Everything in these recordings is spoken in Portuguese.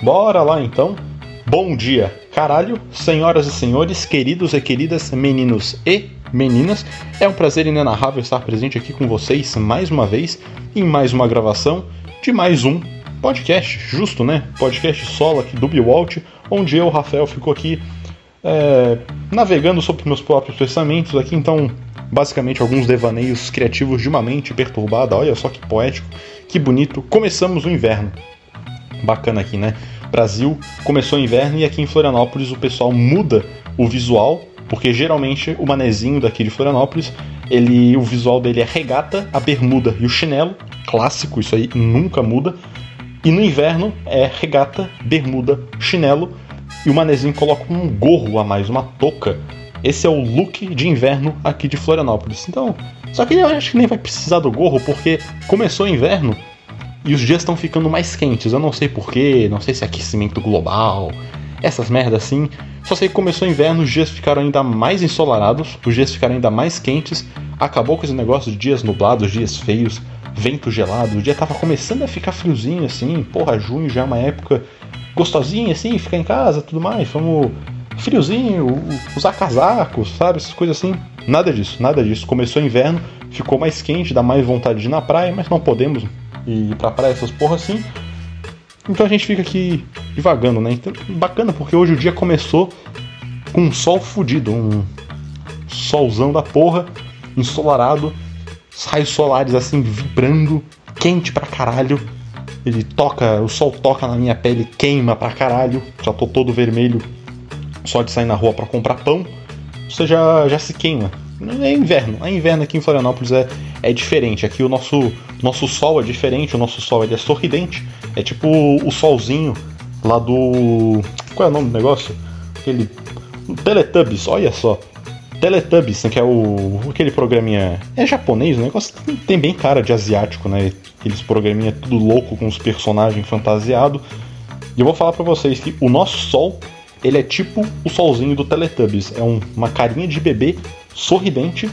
Bora lá então. Bom dia, caralho, senhoras e senhores, queridos e queridas, meninos e meninas. É um prazer inenarrável estar presente aqui com vocês mais uma vez, em mais uma gravação de mais um podcast, justo, né? Podcast solo aqui do Biwalt, onde eu, Rafael, fico aqui navegando sobre meus próprios pensamentos aqui, então, basicamente, alguns devaneios criativos de uma mente perturbada. Olha só que poético, que bonito. Começamos o inverno. Bacana aqui, né? Brasil, começou o inverno e aqui em Florianópolis o pessoal muda o visual, porque geralmente o manezinho daqui de Florianópolis, o visual dele é regata, a bermuda e o chinelo, clássico, isso aí nunca muda. E no inverno é regata, bermuda, chinelo e o manezinho coloca um gorro a mais, uma touca. Esse é o look de inverno aqui de Florianópolis. Então, só que eu acho que nem vai precisar do gorro, porque começou o inverno e os dias estão ficando mais quentes. Eu não sei porquê, não sei se é aquecimento global, essas merdas assim. Só sei que começou o inverno, os dias ficaram ainda mais ensolarados, os dias ficaram ainda mais quentes. Acabou com esse negócio de dias nublados, dias feios, vento gelado. O dia tava começando a ficar friozinho assim. Porra, junho já é uma época gostosinha assim, ficar em casa, tudo mais. Vamos friozinho, usar casacos, sabe? Essas coisas assim. Nada disso, nada disso. Começou o inverno, ficou mais quente, dá mais vontade de ir na praia, mas não podemos ir pra praia, essas porra assim. Então a gente fica aqui divagando, né? Então, bacana, porque hoje o dia começou com um sol fudido, um solzão da porra, ensolarado, raios solares assim vibrando, quente pra caralho. O sol toca na minha pele, queima pra caralho. Já tô todo vermelho só de sair na rua pra comprar pão. Você já se queima. É inverno aqui em Florianópolis é diferente. Aqui o nosso sol é diferente, o nosso sol ele é sorridente. É tipo o solzinho lá do... Qual é o nome do negócio? O Teletubbies, olha só. Teletubbies, que é aquele programinha... É japonês, o negócio tem bem cara de asiático, né? Aqueles programinha tudo louco com os personagens fantasiados. E eu vou falar pra vocês que o nosso sol, ele é tipo o solzinho do Teletubbies. É uma carinha de bebê sorridente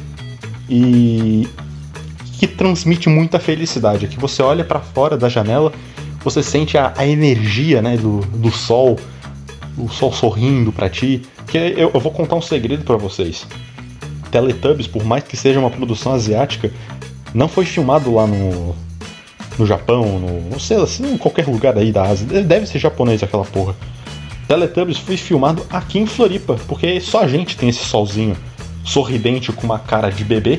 e que transmite muita felicidade. Aqui você olha pra fora da janela, você sente a energia, né, do sol, o sol sorrindo pra ti. Que eu vou contar um segredo pra vocês. Teletubbies, por mais que seja uma produção asiática, não foi filmado lá no Japão, não sei, assim, em qualquer lugar aí da Ásia. Deve ser japonês aquela porra. Teletubbies foi filmado aqui em Floripa, porque só a gente tem esse solzinho sorridente com uma cara de bebê.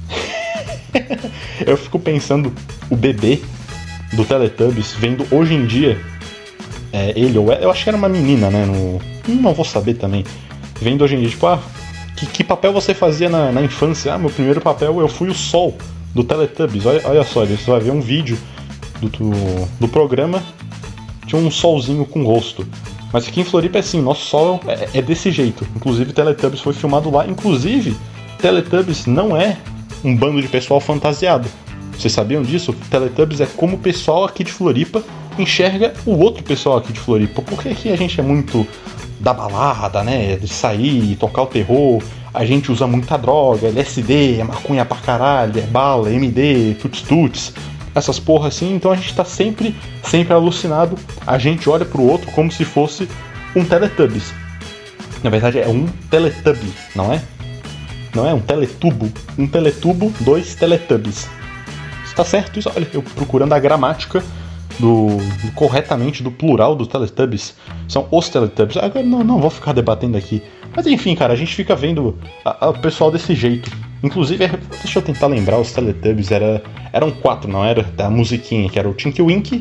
Eu fico pensando, o bebê do Teletubbies vendo hoje em dia eu acho que era uma menina, né? Não vou saber também. Vendo hoje em dia, tipo, que papel você fazia na infância? Meu primeiro papel, eu fui o sol do Teletubbies. Olha só, você vai ver um vídeo do programa, tinha um solzinho com rosto. Mas aqui em Floripa é assim, nosso sol é desse jeito. Inclusive Teletubbies foi filmado lá. Inclusive, Teletubbies não é um bando de pessoal fantasiado. Vocês sabiam disso? Teletubbies é como o pessoal aqui de Floripa enxerga o outro pessoal aqui de Floripa. Porque aqui a gente é muito da balada, né? De sair, tocar o terror. A gente usa muita droga, LSD, é maconha pra caralho, é bala, MD, tuts-tuts. Essas porra assim, então a gente tá sempre alucinado. A gente olha pro outro como se fosse um Teletubbies. Na verdade é um Teletubby, não é? Não é um teletubo. Um teletubo, 2 Teletubbies. Está certo isso? Olha, eu procurando a gramática corretamente do plural do Teletubbies. São os Teletubbies. Agora não vou ficar debatendo aqui. Mas enfim, cara, a gente fica vendo o pessoal desse jeito. Inclusive, deixa eu tentar lembrar, os Teletubbies eram 4, não era? Da musiquinha, que era o Tinky Winky,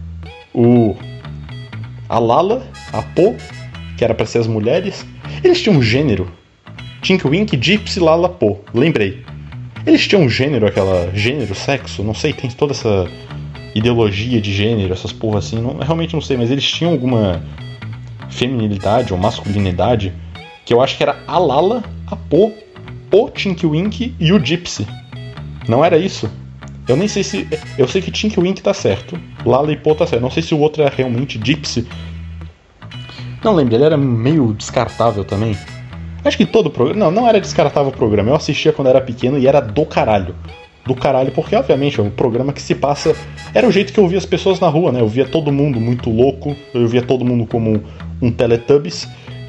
a Lala, a Po, que era pra ser as mulheres. Eles tinham um gênero. Tinky Winky, Gypsy, Lala, Po. Lembrei. Eles tinham um gênero, gênero, sexo, não sei, tem toda essa ideologia de gênero, essas porra assim, realmente não sei, mas eles tinham alguma feminilidade ou masculinidade, que eu acho que era a Lala, a Po, o Tinky Winky e o Gypsy. Não era isso? Eu nem sei se... Eu sei que Tinky Winky tá certo, Lala e Po tá certo, não sei se o outro era realmente Gypsy. Não lembro, ele era meio descartável também. Acho que todo programa... Não era descartável o programa. Eu assistia quando era pequeno e era do caralho. do caralho, porque obviamente é um programa que se passa. Era o jeito que eu via as pessoas na rua, né? Eu via todo mundo muito louco, eu via todo mundo como um Teletubbies.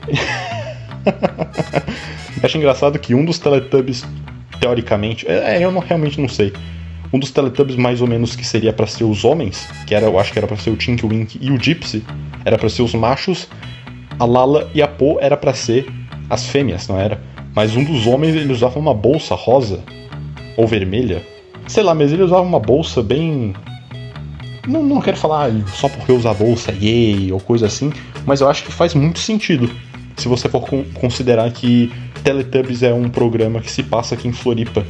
Acho engraçado que um dos Teletubbies, teoricamente, realmente não sei. Um dos Teletubbies mais ou menos que seria pra ser os homens, eu acho que era pra ser o Tinky Winky e o Gypsy, era pra ser os machos, a Lala e a Po era pra ser as fêmeas, não era? Mas um dos homens, ele usava uma bolsa rosa ou vermelha, sei lá, mas ele usava uma bolsa bem... Não quero falar só porque usa a bolsa, yay, ou coisa assim, mas eu acho que faz muito sentido se você for considerar que Teletubbies é um programa que se passa aqui em Floripa.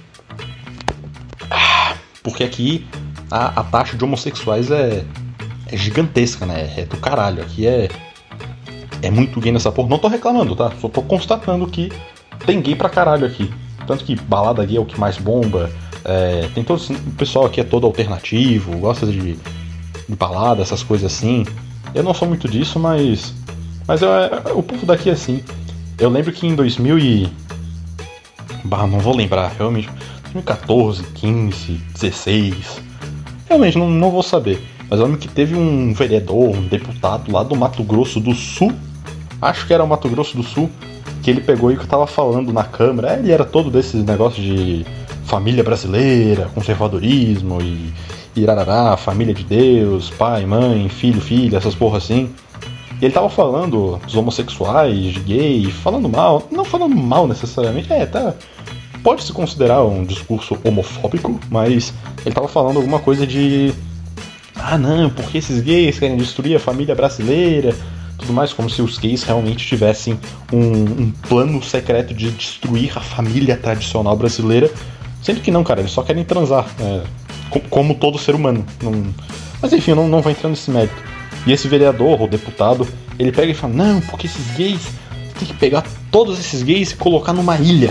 Porque aqui a taxa de homossexuais é gigantesca, né? É do caralho. Aqui é muito gay nessa porra. Não tô reclamando, tá? Só tô constatando que tem gay pra caralho aqui. Tanto que balada gay é o que mais bomba. Tem todo o pessoal aqui é todo alternativo, gosta de balada, essas coisas assim. Eu não sou muito disso, mas o povo daqui é assim. Eu lembro que em 2000 e... não vou lembrar, realmente. 2014, 15, 16. Realmente, não vou saber. Mas eu lembro que teve um vereador, um deputado lá do Mato Grosso do Sul. Acho que era o Mato Grosso do Sul. Que ele pegou e que tava falando na Câmara. Ele era todo desses negócios de família brasileira, conservadorismo e irarará, família de Deus, pai, mãe, filho, filha, essas porra assim. E ele tava falando dos homossexuais, de gay, falando mal. Não falando mal necessariamente, pode se considerar um discurso homofóbico, mas ele tava falando alguma coisa de... não, porque esses gays querem destruir a família brasileira, tudo mais, como se os gays realmente tivessem um plano secreto de destruir a família tradicional brasileira, sendo que não, cara, eles só querem transar, como todo ser humano. Mas enfim, eu não vou entrar nesse mérito. E esse vereador, ou deputado, ele pega e fala, não, porque esses gays, tem que pegar todos esses gays e colocar numa ilha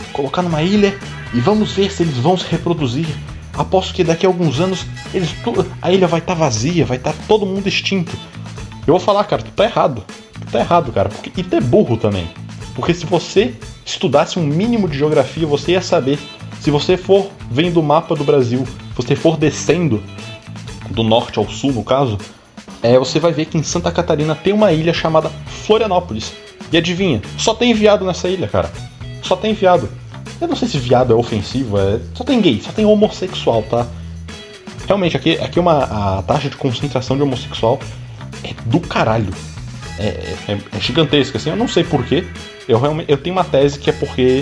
e vamos ver se eles vão se reproduzir. Aposto que daqui a alguns anos a ilha vai estar vazia, vai estar todo mundo extinto. Eu vou falar, cara, tu tá errado, cara, e tu é burro também. Porque se você estudasse um mínimo de geografia, você ia saber. Se você for vendo o mapa do Brasil, se você for descendo do norte ao sul, no caso, você vai ver que em Santa Catarina tem uma ilha chamada Florianópolis. E adivinha, só tem viado nessa ilha, cara. Só tem viado. Eu não sei se viado é ofensivo, só tem gay, só tem homossexual, tá? Realmente, aqui a taxa de concentração de homossexual é do caralho. É gigantesca, assim, eu não sei porquê. Eu tenho uma tese que é porque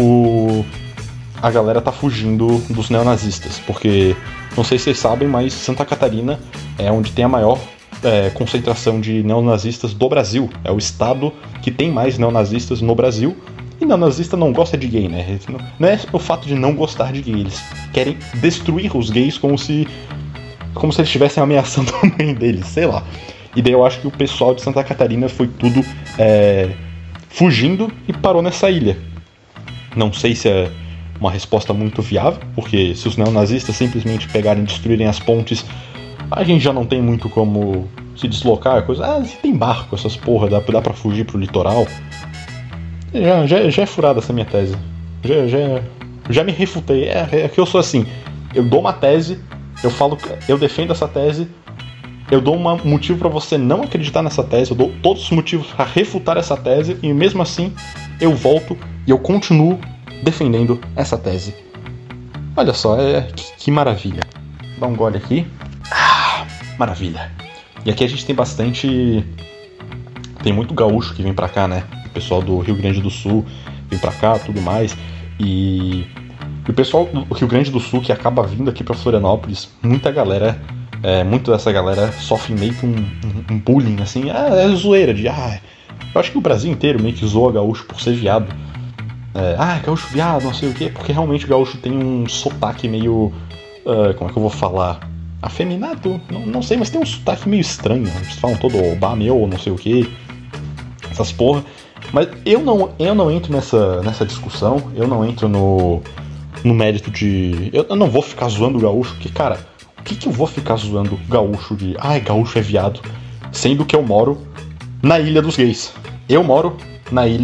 a galera tá fugindo dos neonazistas. Porque, não sei se vocês sabem, mas Santa Catarina é onde tem a maior concentração de neonazistas do Brasil. É o estado que tem mais neonazistas no Brasil. E neonazista não gosta de gay, né? Não é o fato de não gostar de gay, eles querem destruir os gays como se eles estivessem ameaçando a mãe deles, sei lá. E daí eu acho que o pessoal de Santa Catarina foi tudo fugindo e parou nessa ilha. Não sei se é uma resposta muito viável, porque se os neonazistas simplesmente pegarem e destruírem as pontes, a gente já não tem muito como se deslocar, coisa. Se tem barco, essas porra, dá pra fugir pro litoral. Já é furada essa minha tese. Já me refutei. É que eu sou assim. Eu dou uma tese, eu defendo essa tese, eu dou um motivo pra você não acreditar nessa tese, eu dou todos os motivos pra refutar essa tese, e mesmo assim eu volto e eu continuo defendendo essa tese. Olha só, que maravilha. Dá um gole aqui. Maravilha. E aqui a gente tem bastante... Tem muito gaúcho que vem pra cá, né? O pessoal do Rio Grande do Sul vem pra cá, tudo mais. E o pessoal do Rio Grande do Sul que acaba vindo aqui pra Florianópolis, muita dessa galera sofre meio que um bullying, assim. É zoeira de... eu acho que o Brasil inteiro meio que zoa gaúcho por ser viado. Gaúcho viado, não sei o quê. Porque realmente o gaúcho tem um sotaque meio... como é que eu vou falar? Afeminado? Não sei, mas tem um sotaque meio estranho. Eles falam todo bah meu, ou não sei o quê. Essas porra. Mas eu não entro nessa discussão. Eu não entro no mérito de... Eu não vou ficar zoando o gaúcho. Porque, cara, o que eu vou ficar zoando gaúcho de... gaúcho é viado. Sendo que eu moro na Ilha dos Gays. Eu moro na ilha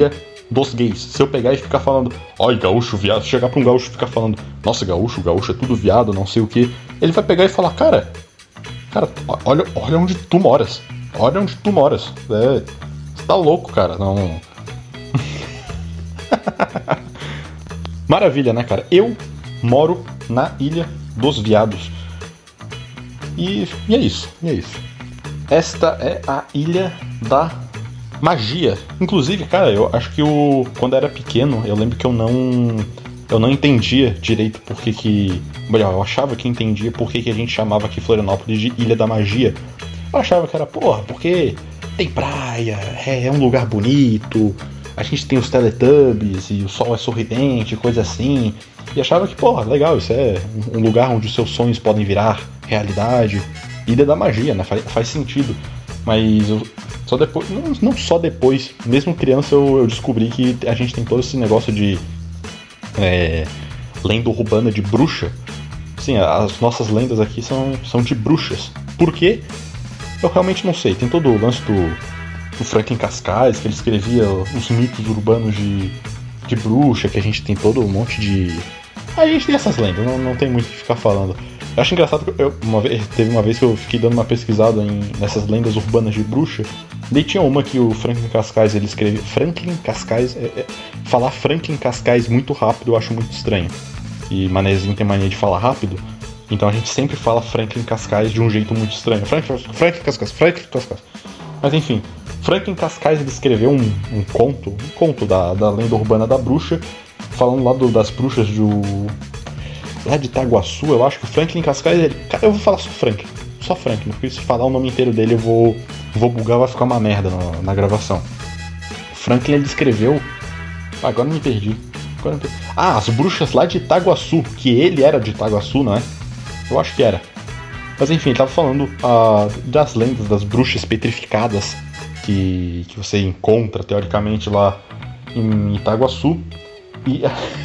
dos gays. Se eu pegar e ficar falando, oi, gaúcho, viado, chegar pra um gaúcho e ficar falando, nossa, gaúcho é tudo viado, não sei o que, ele vai pegar e falar, cara, olha onde tu moras. Olha onde tu moras. Você tá louco, cara. Não. Maravilha, né, cara? Eu moro na Ilha dos Viados. E é isso. Esta é a Ilha da Magia. Inclusive, cara, eu acho que quando eu era pequeno, eu lembro que eu não entendia direito por que. Melhor, eu achava que entendia por que a gente chamava aqui Florianópolis de Ilha da Magia. Eu achava que era, porque tem praia, é um lugar bonito, a gente tem os Teletubbies e o sol é sorridente, coisa assim. E achava que, legal, isso é um lugar onde os seus sonhos podem virar realidade. Ilha da Magia, né? Faz sentido. Mas só depois, não só depois, mesmo criança eu descobri que a gente tem todo esse negócio de lenda urbana de bruxa. Sim, as nossas lendas aqui são de bruxas. Por quê? Eu realmente não sei. Tem todo o lance do Franklin Cascais, que ele escrevia os mitos urbanos de bruxa, que a gente tem todo um monte de... A gente tem essas lendas, não tem muito o que ficar falando. Eu acho engraçado que teve uma vez que eu fiquei dando uma pesquisada nessas lendas urbanas de bruxa. Daí tinha uma que o Franklin Cascais ele escrevia. Franklin Cascais... falar Franklin Cascais muito rápido eu acho muito estranho. E Manezinho tem mania de falar rápido. Então a gente sempre fala Franklin Cascais de um jeito muito estranho. Franklin Cascais. Mas enfim, Franklin Cascais ele escreveu um conto da lenda urbana da bruxa, falando lá das bruxas lá de Itaguaçu. Eu acho que o Franklin Cascais, cara, eu vou falar só Franklin, porque se falar o nome inteiro dele eu vou bugar, vai ficar uma merda na gravação. Franklin ele escreveu... Agora me perdi. As bruxas lá de Itaguaçu, que ele era de Itaguaçu, não é? Eu acho que era. Mas enfim, ele tava falando das lendas das bruxas petrificadas que você encontra, teoricamente, lá em Itaguaçu. E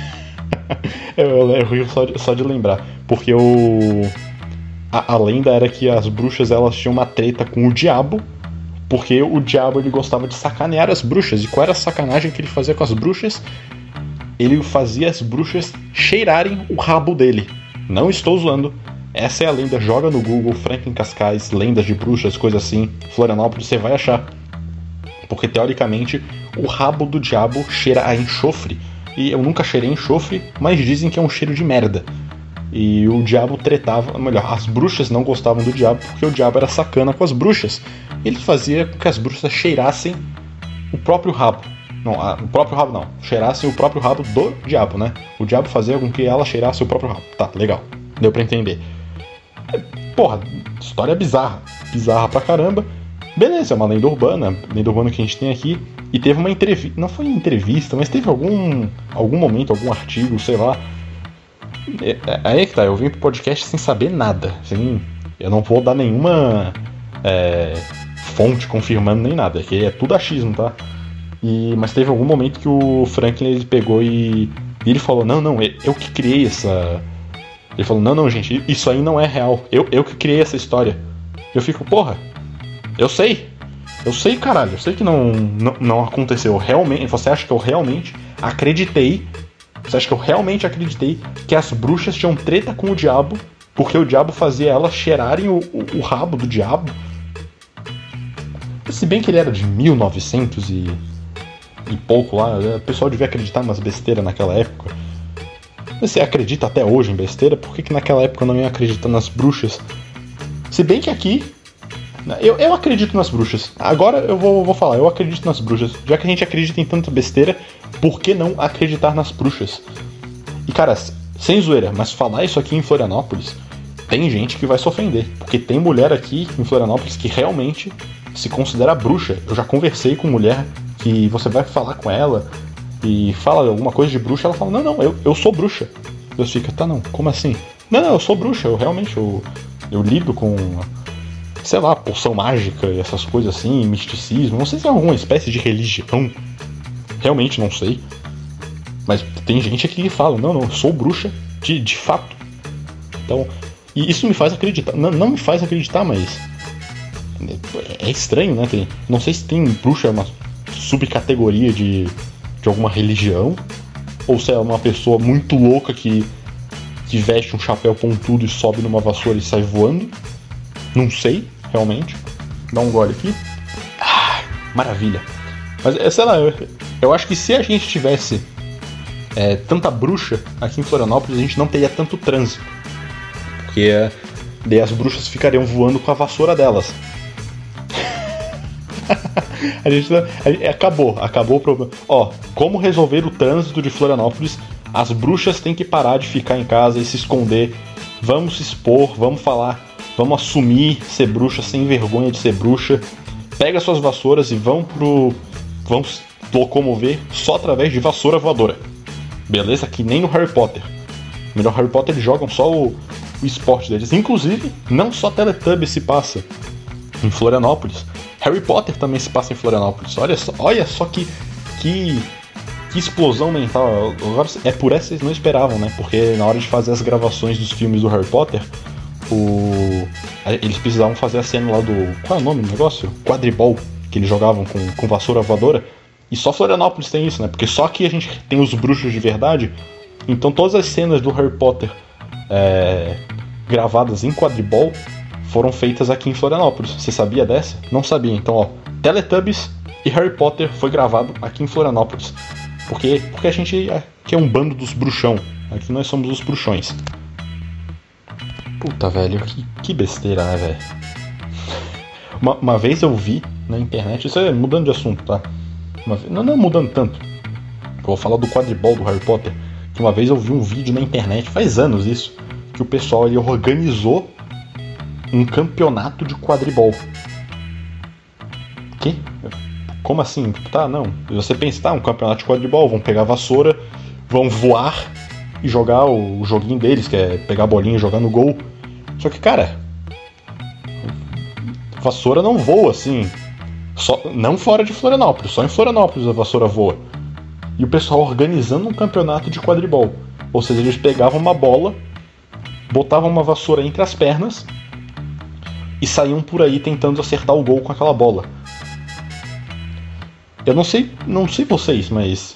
eu rio só de lembrar. Porque a lenda era que as bruxas elas tinham uma treta com o diabo. Porque o diabo ele gostava de sacanear as bruxas. E qual era a sacanagem que ele fazia com as bruxas? Ele fazia as bruxas cheirarem o rabo dele. Não estou zoando. Essa é a lenda. Joga no Google Franklin Cascais, lendas de bruxas, coisa assim, Florianópolis, você vai achar. Porque teoricamente o rabo do diabo cheira a enxofre. E eu nunca cheirei enxofre, mas dizem que é um cheiro de merda. E o diabo tretava, melhor, as bruxas não gostavam do diabo porque o diabo era sacana com as bruxas. Ele fazia com que as bruxas cheirassem o próprio rabo. Não, o próprio rabo não. Cheirassem o próprio rabo do diabo, né? O diabo fazia com que ela cheirasse o próprio rabo. Tá, legal. Deu pra entender. História bizarra. Bizarra pra caramba. Beleza, é uma lenda urbana que a gente tem aqui. E teve uma entrevista, não foi entrevista, mas teve algum momento, algum artigo, sei lá. Aí é que tá, eu vim pro podcast sem saber nada. Eu não vou dar nenhuma fonte confirmando nem nada, que é tudo achismo, tá? Mas teve algum momento que o Franklin ele pegou e ele falou, não, eu que criei essa... Ele falou, não, gente, isso aí não é real. Eu que criei essa história. Eu fico, eu sei, caralho. Eu sei que não aconteceu. Realmente, você acha que eu realmente acreditei? Você acha que eu realmente acreditei que as bruxas tinham treta com o diabo porque o diabo fazia elas cheirarem o rabo do diabo? Se bem que ele era de 1900 e pouco lá, o pessoal devia acreditar umas besteiras naquela época. Você acredita até hoje em besteira? Por que naquela época eu não ia acreditar nas bruxas? Se bem que aqui... Eu acredito nas bruxas. Agora eu vou falar, eu acredito nas bruxas. Já que a gente acredita em tanta besteira, por que não acreditar nas bruxas? E cara, sem zoeira, mas falar isso aqui em Florianópolis, tem gente que vai se ofender. Porque tem mulher aqui em Florianópolis que realmente se considera bruxa. Eu já conversei com mulher que você vai falar com ela e fala alguma coisa de bruxa, ela fala, não, eu sou bruxa. Eu fico, tá, não, como assim? Não, eu sou bruxa, eu realmente, eu lido com, sei lá, poção mágica e essas coisas assim, misticismo, não sei se é alguma espécie de religião, realmente não sei. Mas tem gente aqui que fala, não, eu sou bruxa de fato. Então, e isso me faz acreditar, não me faz acreditar, mas é estranho, né? Não sei se tem bruxa, uma subcategoria de de alguma religião, ou se é uma pessoa muito louca que veste um chapéu pontudo e sobe numa vassoura e sai voando. Não sei, realmente. Dá um gole aqui. Maravilha. Mas, sei lá, eu acho que se a gente tivesse tanta bruxa aqui em Florianópolis, a gente não teria tanto trânsito. Porque daí as bruxas ficariam voando com a vassoura delas. Acabou o problema. Como resolver o trânsito de Florianópolis? As bruxas têm que parar de ficar em casa e se esconder. Vamos se expor, vamos falar, vamos assumir ser bruxa sem vergonha de ser bruxa. Pega suas vassouras e vão se locomover só através de vassoura voadora. Beleza? Que nem no Harry Potter. No Harry Potter eles jogam só o esporte deles. Inclusive, não só Teletubbies se passa em Florianópolis. Harry Potter também se passa em Florianópolis. Olha só que explosão mental. Agora, por essa vocês não esperavam, né? Porque na hora de fazer as gravações dos filmes do Harry Potter, eles precisavam fazer a cena lá do... Qual é o nome do negócio? Quadribol, que eles jogavam com vassoura voadora. E só Florianópolis tem isso, né? Porque só aqui a gente tem os bruxos de verdade. Então todas as cenas do Harry Potter gravadas em quadribol foram feitas aqui em Florianópolis. Você sabia dessa? Não sabia. Então, Teletubbies e Harry Potter foi gravado aqui em Florianópolis. Porque a gente aqui é um bando dos bruxão. Aqui nós somos os bruxões. Puta, velho, que besteira, né, velho? Uma vez eu vi na internet, isso é mudando de assunto, tá? Não mudando tanto. Eu vou falar do quadribol do Harry Potter. Que uma vez eu vi um vídeo na internet, faz anos isso, que o pessoal ele organizou um campeonato de quadribol. Que? Como assim? Tá, não. Você pensa, um campeonato de quadribol, vão pegar a vassoura, vão voar e jogar o joguinho deles, que é pegar a bolinha e jogar no gol. Só que, cara, vassoura não voa assim. Não fora de Florianópolis, só em Florianópolis a vassoura voa. E o pessoal organizando um campeonato de quadribol. Ou seja, eles pegavam uma bola, botavam uma vassoura entre as pernas e saíam por aí tentando acertar o gol com aquela bola. Eu não sei vocês, mas...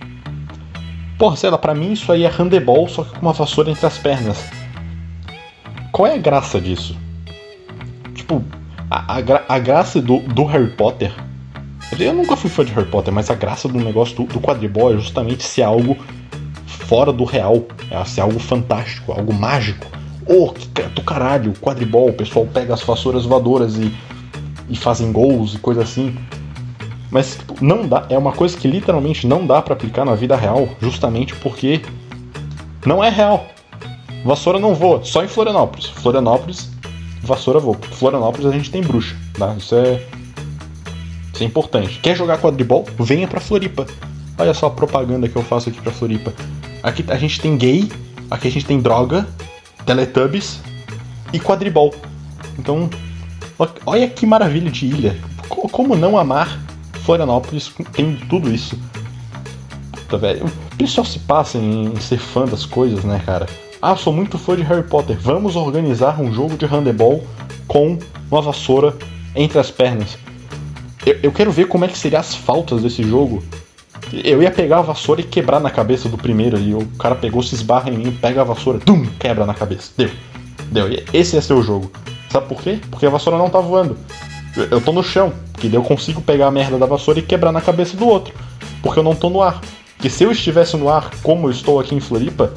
Porra, sei lá, pra mim isso aí é handebol, só que com uma vassoura entre as pernas. Qual é a graça disso? Tipo, a graça do Harry Potter... Eu nunca fui fã de Harry Potter, mas a graça do negócio do quadribol é justamente ser algo fora do real. É ser algo fantástico, algo mágico. Do caralho, quadribol, o pessoal pega as vassouras voadoras e fazem gols e coisa assim. Mas não dá, é uma coisa que literalmente não dá pra aplicar na vida real, justamente porque não é real. Vassoura não voa, só em Florianópolis. Florianópolis, vassoura voa. Florianópolis a gente tem bruxa, tá? Isso é importante. Quer jogar quadribol? Venha pra Floripa. Olha só a propaganda que eu faço aqui pra Floripa. Aqui a gente tem gay, aqui a gente tem droga, Teletubbies e quadribol. Então, olha que maravilha de ilha. Como não amar Florianópolis? Tem tudo isso. Puta, velho. O pessoal se passa em ser fã das coisas, né, cara? Sou muito fã de Harry Potter. Vamos organizar um jogo de handebol com uma vassoura entre as pernas. Eu quero ver como é que seriam as faltas desse jogo. Eu ia pegar a vassoura e quebrar na cabeça do primeiro ali. O cara pegou, se esbarra em mim, pega a vassoura, quebra na cabeça. Deu. Esse ia ser o jogo. Sabe por quê? Porque a vassoura não tá voando. Eu tô no chão, que daí eu consigo pegar a merda da vassoura e quebrar na cabeça do outro. Porque eu não tô no ar. Porque se eu estivesse no ar, como eu estou aqui em Floripa,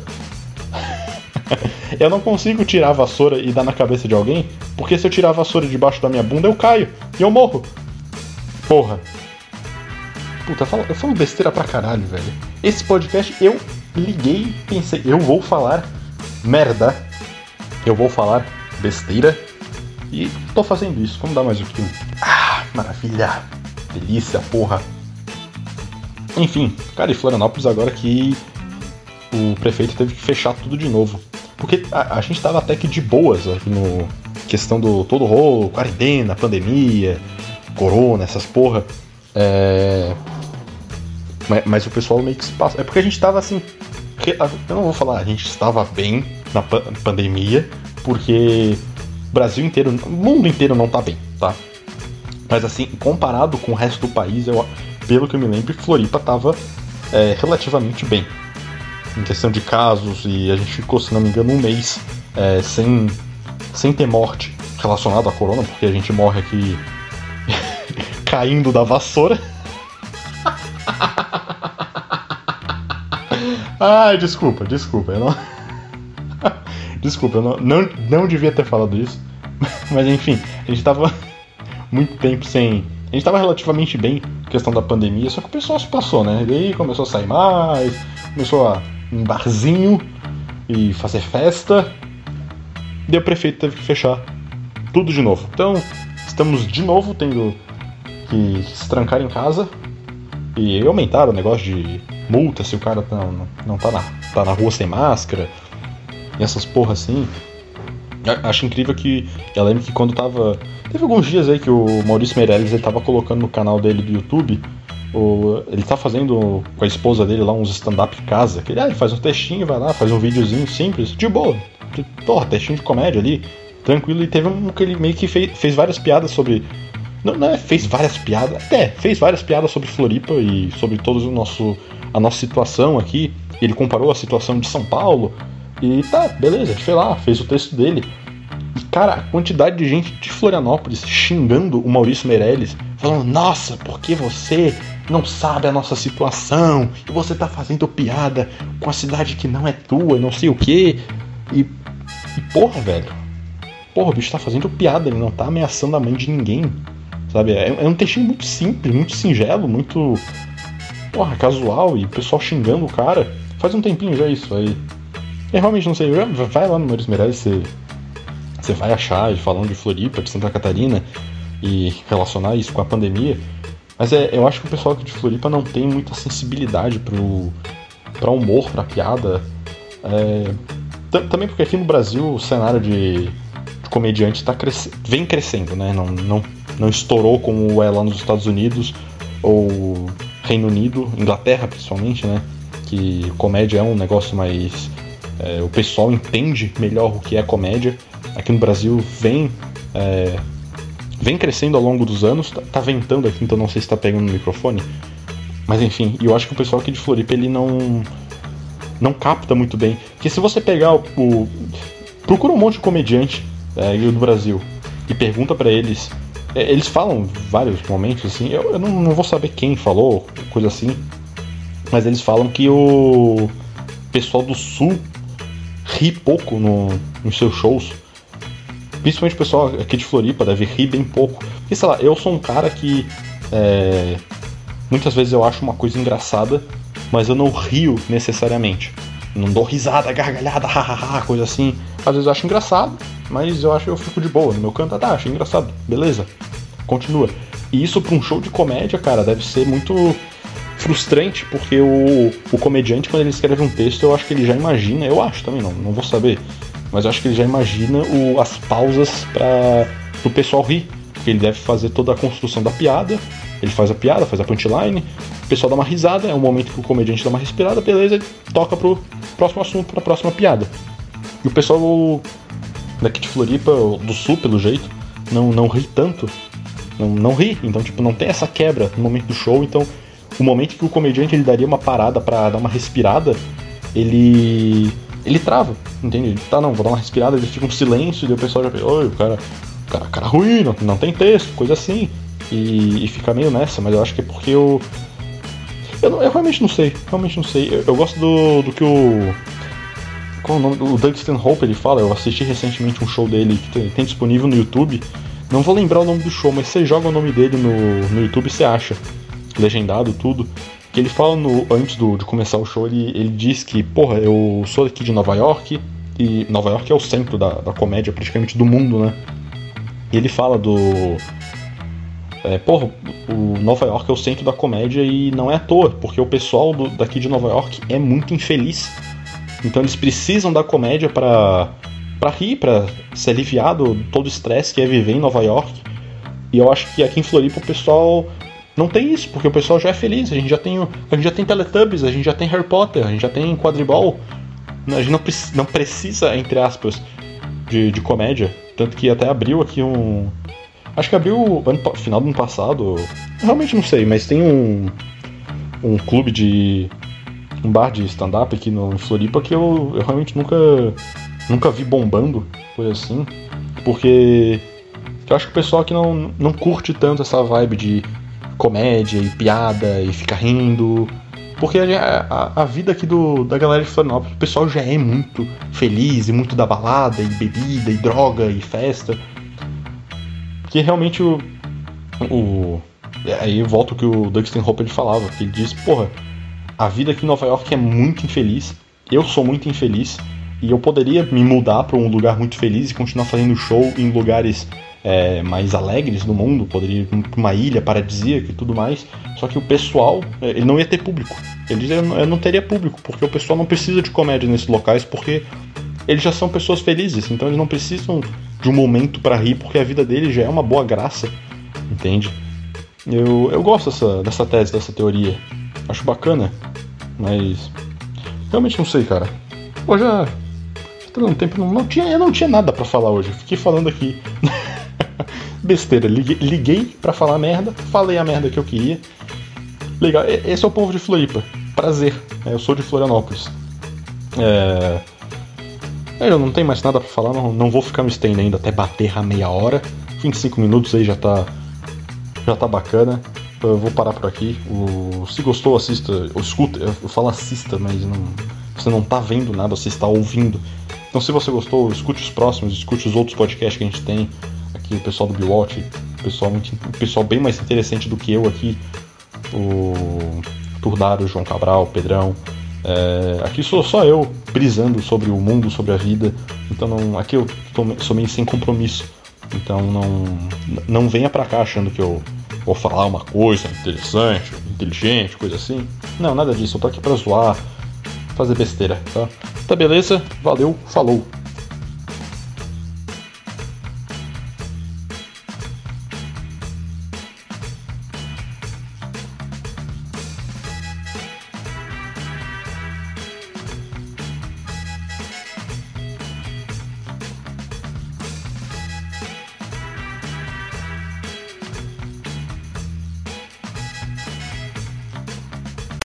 eu não consigo tirar a vassoura e dar na cabeça de alguém. Porque se eu tirar a vassoura debaixo da minha bunda, eu caio e eu morro. Porra. Puta, eu falo besteira pra caralho, velho. Esse podcast eu liguei e pensei, eu vou falar merda. Eu vou falar besteira. E tô fazendo isso. Vamos dar mais um pouquinho. Maravilha. Delícia, porra. Enfim, cara, e Florianópolis agora que o prefeito teve que fechar tudo de novo. Porque a gente tava até que de boas aqui no questão do todo o rolo, quarentena, pandemia, corona, essas porra. Mas o pessoal meio que se passa. É porque a gente tava assim... Eu não vou falar, a gente estava bem na pandemia, porque o Brasil inteiro, o mundo inteiro não tá bem, tá? Mas assim, comparado com o resto do país, pelo que eu me lembro, Floripa tava relativamente bem. Em questão de casos, e a gente ficou, se não me engano, um mês sem ter morte relacionada à corona, porque a gente morre aqui caindo da vassoura. Ai, desculpa, eu não. Desculpa, eu não devia ter falado isso. Mas enfim, a gente tava muito tempo sem. A gente tava relativamente bem em questão da pandemia, só que o pessoal se passou, né? E aí começou a sair mais, começou a ir em barzinho e fazer festa. E o prefeito teve que fechar tudo de novo. Então, estamos de novo tendo que se trancar em casa. E aumentaram o negócio de multa se o cara não tá na rua sem máscara. E essas porra assim. Acho incrível que eu lembro que quando tava. Teve alguns dias aí que o Maurício Meirelles ele tava colocando no canal dele do YouTube. Ele tá fazendo com a esposa dele lá uns stand-up em casa. Que ele faz um textinho, vai lá, faz um videozinho simples, de boa. Porra, textinho de comédia ali, tranquilo. E teve um que ele meio que fez várias piadas sobre. Fez várias piadas. Fez várias piadas sobre Floripa e sobre toda a nossa situação aqui. Ele comparou a situação de São Paulo. E tá, beleza, fez o texto dele. E cara, a quantidade de gente de Florianópolis xingando o Maurício Meirelles, falando, nossa, porque você não sabe a nossa situação, e você tá fazendo piada com a cidade que não é tua, não sei o quê. E porra, velho. Porra, o bicho tá fazendo piada, ele não tá ameaçando a mãe de ninguém. Sabe? É um textinho muito simples, muito singelo, muito. Porra, casual, e o pessoal xingando o cara. Faz um tempinho já isso aí. Eu realmente não sei, vai lá no Maurício Meirelles, você vai achar falando de Floripa, de Santa Catarina e relacionar isso com a pandemia. Mas eu acho que o pessoal aqui de Floripa não tem muita sensibilidade pra humor, pra piada. Também porque aqui no Brasil o cenário de comediante vem crescendo, né? Não estourou como é lá nos Estados Unidos ou Reino Unido, Inglaterra principalmente, né? Que comédia é um negócio mais... o pessoal entende melhor o que é comédia. Aqui no Brasil vem crescendo ao longo dos anos. Tá ventando aqui, então não sei se tá pegando no microfone. Mas enfim, eu acho que o pessoal aqui de Floripa ele não capta muito bem. Porque se você pegar procura um monte de comediante do Brasil e pergunta pra eles. Eles falam vários momentos assim. Eu não vou saber quem falou, coisa assim. Mas eles falam que o pessoal do Sul ri pouco nos seus shows. Principalmente o pessoal aqui de Floripa deve rir bem pouco. Porque, sei lá, eu sou um cara que muitas vezes eu acho uma coisa engraçada, mas eu não rio necessariamente. Não dou risada, gargalhada, hahaha, coisa assim. Às vezes eu acho engraçado, mas eu fico de boa. No meu canto, achei engraçado, beleza, continua. E isso pra um show de comédia, cara, deve ser muito frustrante, porque o comediante, quando ele escreve um texto, eu acho que ele já imagina, eu acho também, não vou saber, mas eu acho que ele já imagina as pausas pro pessoal rir, porque ele deve fazer toda a construção da piada, ele faz a piada, faz a punchline, o pessoal dá uma risada, é o momento que o comediante dá uma respirada, beleza, ele toca pro próximo assunto, pra próxima piada. E o pessoal daqui de Floripa, do Sul, pelo jeito, não ri tanto, não ri, então tipo, não tem essa quebra no momento do show, então o momento que o comediante ele daria uma parada pra dar uma respirada, ele trava, entende? Tá, não, vou dar uma respirada, ele fica um silêncio, e daí o pessoal já pensa, oi, o cara ruim, não tem texto, coisa assim, e fica meio nessa, mas eu acho que é porque eu realmente não sei, eu gosto do que qual é o nome? O Doug Stanhope ele fala, eu assisti recentemente um show dele que tem disponível no YouTube, não vou lembrar o nome do show, mas você joga o nome dele no YouTube e você acha. Legendado, tudo, que ele fala antes de começar o show, ele diz que, porra, eu sou aqui de Nova York, e Nova York é o centro da comédia praticamente do mundo, né? E ele fala o Nova York é o centro da comédia e não é à toa, porque o pessoal daqui de Nova York é muito infeliz, então eles precisam da comédia pra rir, pra se aliviar todo o estresse que é viver em Nova York. E eu acho que aqui em Floripa o pessoal não tem isso, porque o pessoal já é feliz. A gente já tem Teletubbies, a gente já tem Harry Potter, a gente já tem Quadribol. A gente não precisa, entre aspas, de comédia. Tanto que até abriu aqui acho que abriu final do ano passado. Realmente não sei, mas tem um clube um bar de stand-up aqui em Floripa que eu realmente nunca vi bombando, coisa assim, porque eu acho que o pessoal aqui não curte tanto essa vibe de comédia e piada e ficar rindo, porque a vida aqui da galera de Florianópolis, o pessoal já é muito feliz e muito da balada e bebida e droga e festa, porque realmente aí volta o que o Dustin Hope ele falava, que ele diz, porra, a vida aqui em Nova York é muito infeliz, eu sou muito infeliz, e eu poderia me mudar para um lugar muito feliz e continuar fazendo show em lugares mais alegres do mundo, poderia ir para uma ilha paradisíaca e tudo mais, só que o pessoal, ele não ia ter público. Ele diz, eu não teria público, porque o pessoal não precisa de comédia nesses locais, porque eles já são pessoas felizes, então eles não precisam de um momento para rir, porque a vida deles já é uma boa graça, entende? Eu gosto dessa tese, dessa teoria, acho bacana, mas realmente não sei, cara. Hoje já tá dando tempo, eu não tinha nada pra falar hoje, fiquei falando aqui besteira, liguei pra falar merda, falei a merda que eu queria. Legal, esse é o povo de Floripa, prazer, eu sou de Florianópolis. Eu não tenho mais nada pra falar, não vou ficar me estendendo até bater a meia hora, 25 minutos aí já tá bacana. Eu vou parar por aqui. Se gostou, assista, ou escuta, eu falo assista, mas você não tá vendo nada, você está ouvindo. Então se você gostou, escute os próximos, escute os outros podcasts que a gente tem aqui, o pessoal do Biwatch, o pessoal bem mais interessante do que eu aqui, o Turdaro, o João Cabral, o Pedrão. Aqui sou só eu brisando sobre o mundo, sobre a vida, então aqui eu sou meio sem compromisso, então não venha pra cá achando que eu vou falar uma coisa interessante, inteligente, coisa assim. Não, nada disso, eu tô aqui pra zoar, fazer besteira, tá? Tá beleza? Valeu, falou!